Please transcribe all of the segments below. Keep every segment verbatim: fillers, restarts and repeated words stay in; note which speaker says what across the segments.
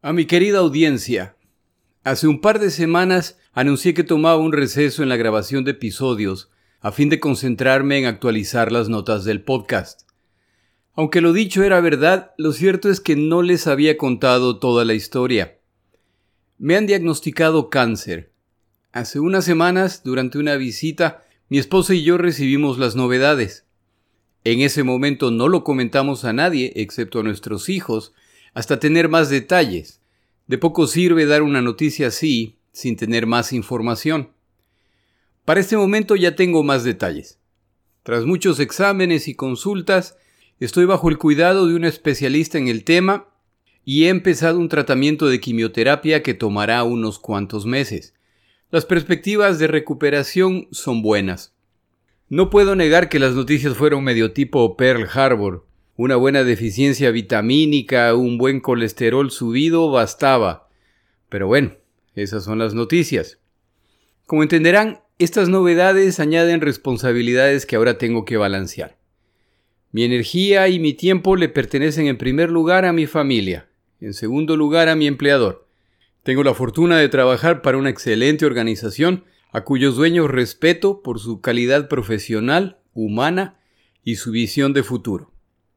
Speaker 1: A mi querida audiencia, hace un par de semanas anuncié que tomaba un receso en la grabación de episodios a fin de concentrarme en actualizar las notas del podcast. Aunque lo dicho era verdad, lo cierto es que no les había contado toda la historia. Me han diagnosticado cáncer. Hace unas semanas, durante una visita, mi esposa y yo recibimos las novedades. En ese momento no lo comentamos a nadie, excepto a nuestros hijos, hasta tener más detalles. De poco sirve dar una noticia así, sin tener más información. Para este momento ya tengo más detalles. Tras muchos exámenes y consultas, estoy bajo el cuidado de un especialista en el tema y he empezado un tratamiento de quimioterapia que tomará unos cuantos meses. Las perspectivas de recuperación son buenas. No puedo negar que las noticias fueron medio tipo Pearl Harbor. Una buena deficiencia vitamínica, un buen colesterol subido bastaba. Pero bueno, esas son las noticias. Como entenderán, estas novedades añaden responsabilidades que ahora tengo que balancear. Mi energía y mi tiempo le pertenecen en primer lugar a mi familia, en segundo lugar a mi empleador. Tengo la fortuna de trabajar para una excelente organización a cuyos dueños respeto por su calidad profesional, humana y su visión de futuro.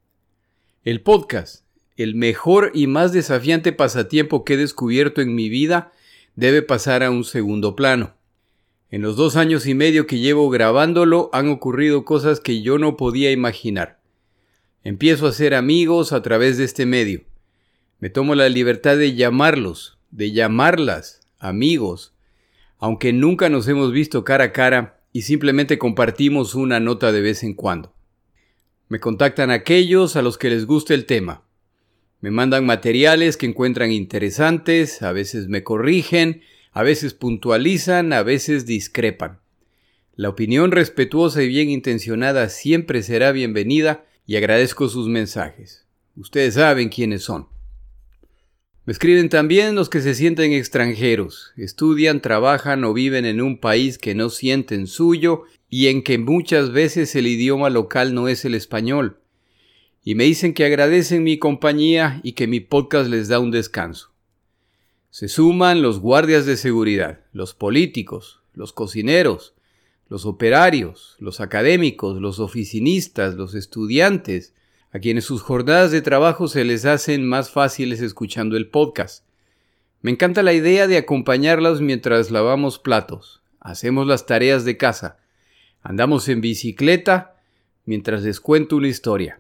Speaker 1: El podcast, el mejor y más desafiante pasatiempo que he descubierto en mi vida, debe pasar a un segundo plano. En los dos años y medio que llevo grabándolo han ocurrido cosas que yo no podía imaginar. Empiezo a hacer amigos a través de este medio. Me tomo la libertad de llamarlos, de llamarlas, amigos, aunque nunca nos hemos visto cara a cara y simplemente compartimos una nota de vez en cuando. Me contactan aquellos a los que les gusta el tema. Me mandan materiales que encuentran interesantes, a veces me corrigen, a veces puntualizan, a veces discrepan. La opinión respetuosa y bien intencionada siempre será bienvenida y agradezco sus mensajes. Ustedes saben quiénes son. Me escriben también los que se sienten extranjeros, estudian, trabajan o viven en un país que no sienten suyo y en que muchas veces el idioma local no es el español. Y me dicen que agradecen mi compañía y que mi podcast les da un descanso. Se suman los guardias de seguridad, los políticos, los cocineros, los operarios, los académicos, los oficinistas, los estudiantes, a quienes sus jornadas de trabajo se les hacen más fáciles escuchando el podcast. Me encanta la idea de acompañarlos mientras lavamos platos, hacemos las tareas de casa, andamos en bicicleta mientras les cuento una historia.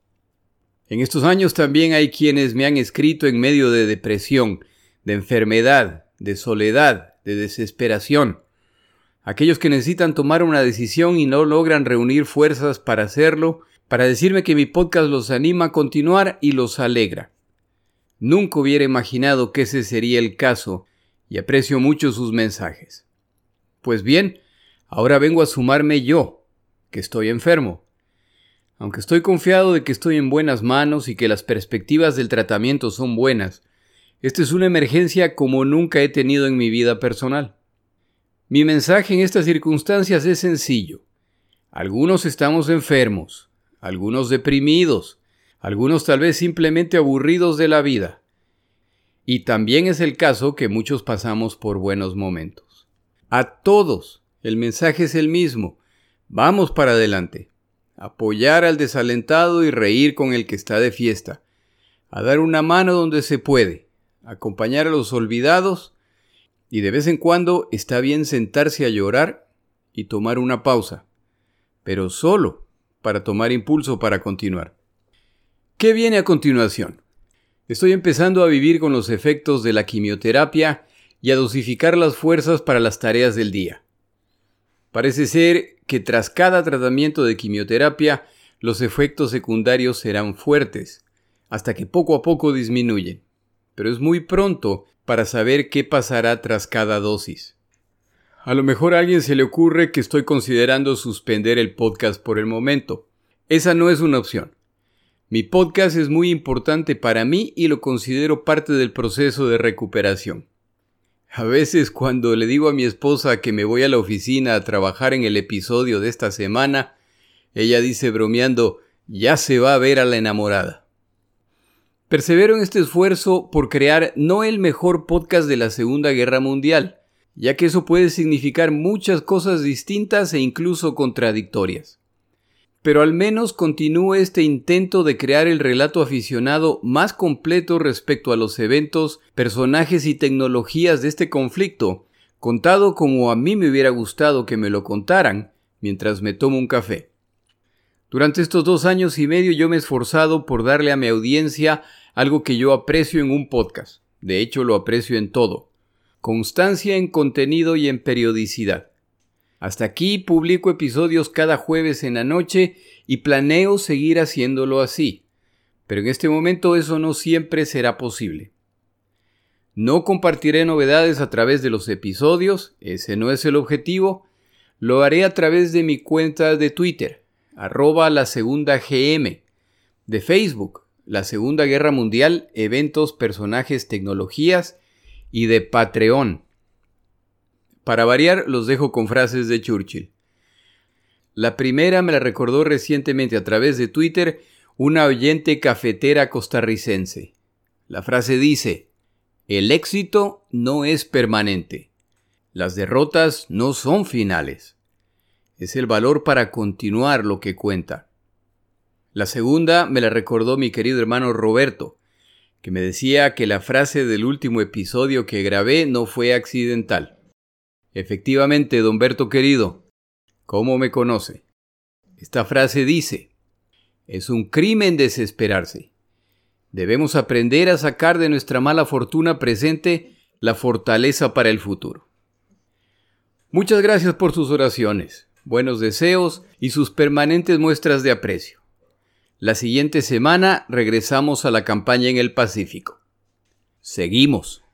Speaker 1: En estos años también hay quienes me han escrito en medio de depresión, de enfermedad, de soledad, de desesperación. Aquellos que necesitan tomar una decisión y no logran reunir fuerzas para hacerlo, para decirme que mi podcast los anima a continuar y los alegra. Nunca hubiera imaginado que ese sería el caso y aprecio mucho sus mensajes. Pues bien, ahora vengo a sumarme yo, que estoy enfermo. Aunque estoy confiado de que estoy en buenas manos y que las perspectivas del tratamiento son buenas, esta es una emergencia como nunca he tenido en mi vida personal. Mi mensaje en estas circunstancias es sencillo. Algunos estamos enfermos, algunos deprimidos, algunos tal vez simplemente aburridos de la vida. Y también es el caso que muchos pasamos por buenos momentos. A todos, el mensaje es el mismo. Vamos para adelante. Apoyar al desalentado y reír con el que está de fiesta. A dar una mano donde se puede. Acompañar a los olvidados. Y de vez en cuando está bien sentarse a llorar y tomar una pausa. Pero solo para tomar impulso para continuar. ¿Qué viene a continuación? Estoy empezando a vivir con los efectos de la quimioterapia y a dosificar las fuerzas para las tareas del día. Parece ser que tras cada tratamiento de quimioterapia, los efectos secundarios serán fuertes, hasta que poco a poco disminuyen. Pero es muy pronto para saber qué pasará tras cada dosis. A lo mejor a alguien se le ocurre que estoy considerando suspender el podcast por el momento. Esa no es una opción. Mi podcast es muy importante para mí y lo considero parte del proceso de recuperación. A veces cuando le digo a mi esposa que me voy a la oficina a trabajar en el episodio de esta semana, ella dice bromeando, ya se va a ver a la enamorada. Persevero en este esfuerzo por crear no el mejor podcast de la Segunda Guerra Mundial, ya que eso puede significar muchas cosas distintas e incluso contradictorias. Pero al menos continúe este intento de crear el relato aficionado más completo respecto a los eventos, personajes y tecnologías de este conflicto, contado como a mí me hubiera gustado que me lo contaran mientras me tomo un café. Durante estos dos años y medio yo me he esforzado por darle a mi audiencia algo que yo aprecio en un podcast. De hecho, lo aprecio en todo. Constancia en contenido y en periodicidad. Hasta aquí publico episodios cada jueves en la noche y planeo seguir haciéndolo así. Pero en este momento eso no siempre será posible. No compartiré novedades a través de los episodios, ese no es el objetivo. Lo haré a través de mi cuenta de Twitter, arroba la segunda GM, de Facebook, la Segunda Guerra Mundial, eventos, personajes, tecnologías, y de Patreon. Para variar, los dejo con frases de Churchill. La primera me la recordó recientemente a través de Twitter una oyente cafetera costarricense. La frase dice: el éxito no es permanente. Las derrotas no son finales. Es el valor para continuar lo que cuenta. La segunda me la recordó mi querido hermano Roberto, que me decía que la frase del último episodio que grabé no fue accidental. Efectivamente, don Berto querido, ¿cómo me conoce? Esta frase dice: es un crimen desesperarse. Debemos aprender a sacar de nuestra mala fortuna presente la fortaleza para el futuro. Muchas gracias por sus oraciones, buenos deseos y sus permanentes muestras de aprecio. La siguiente semana regresamos a la campaña en el Pacífico. Seguimos.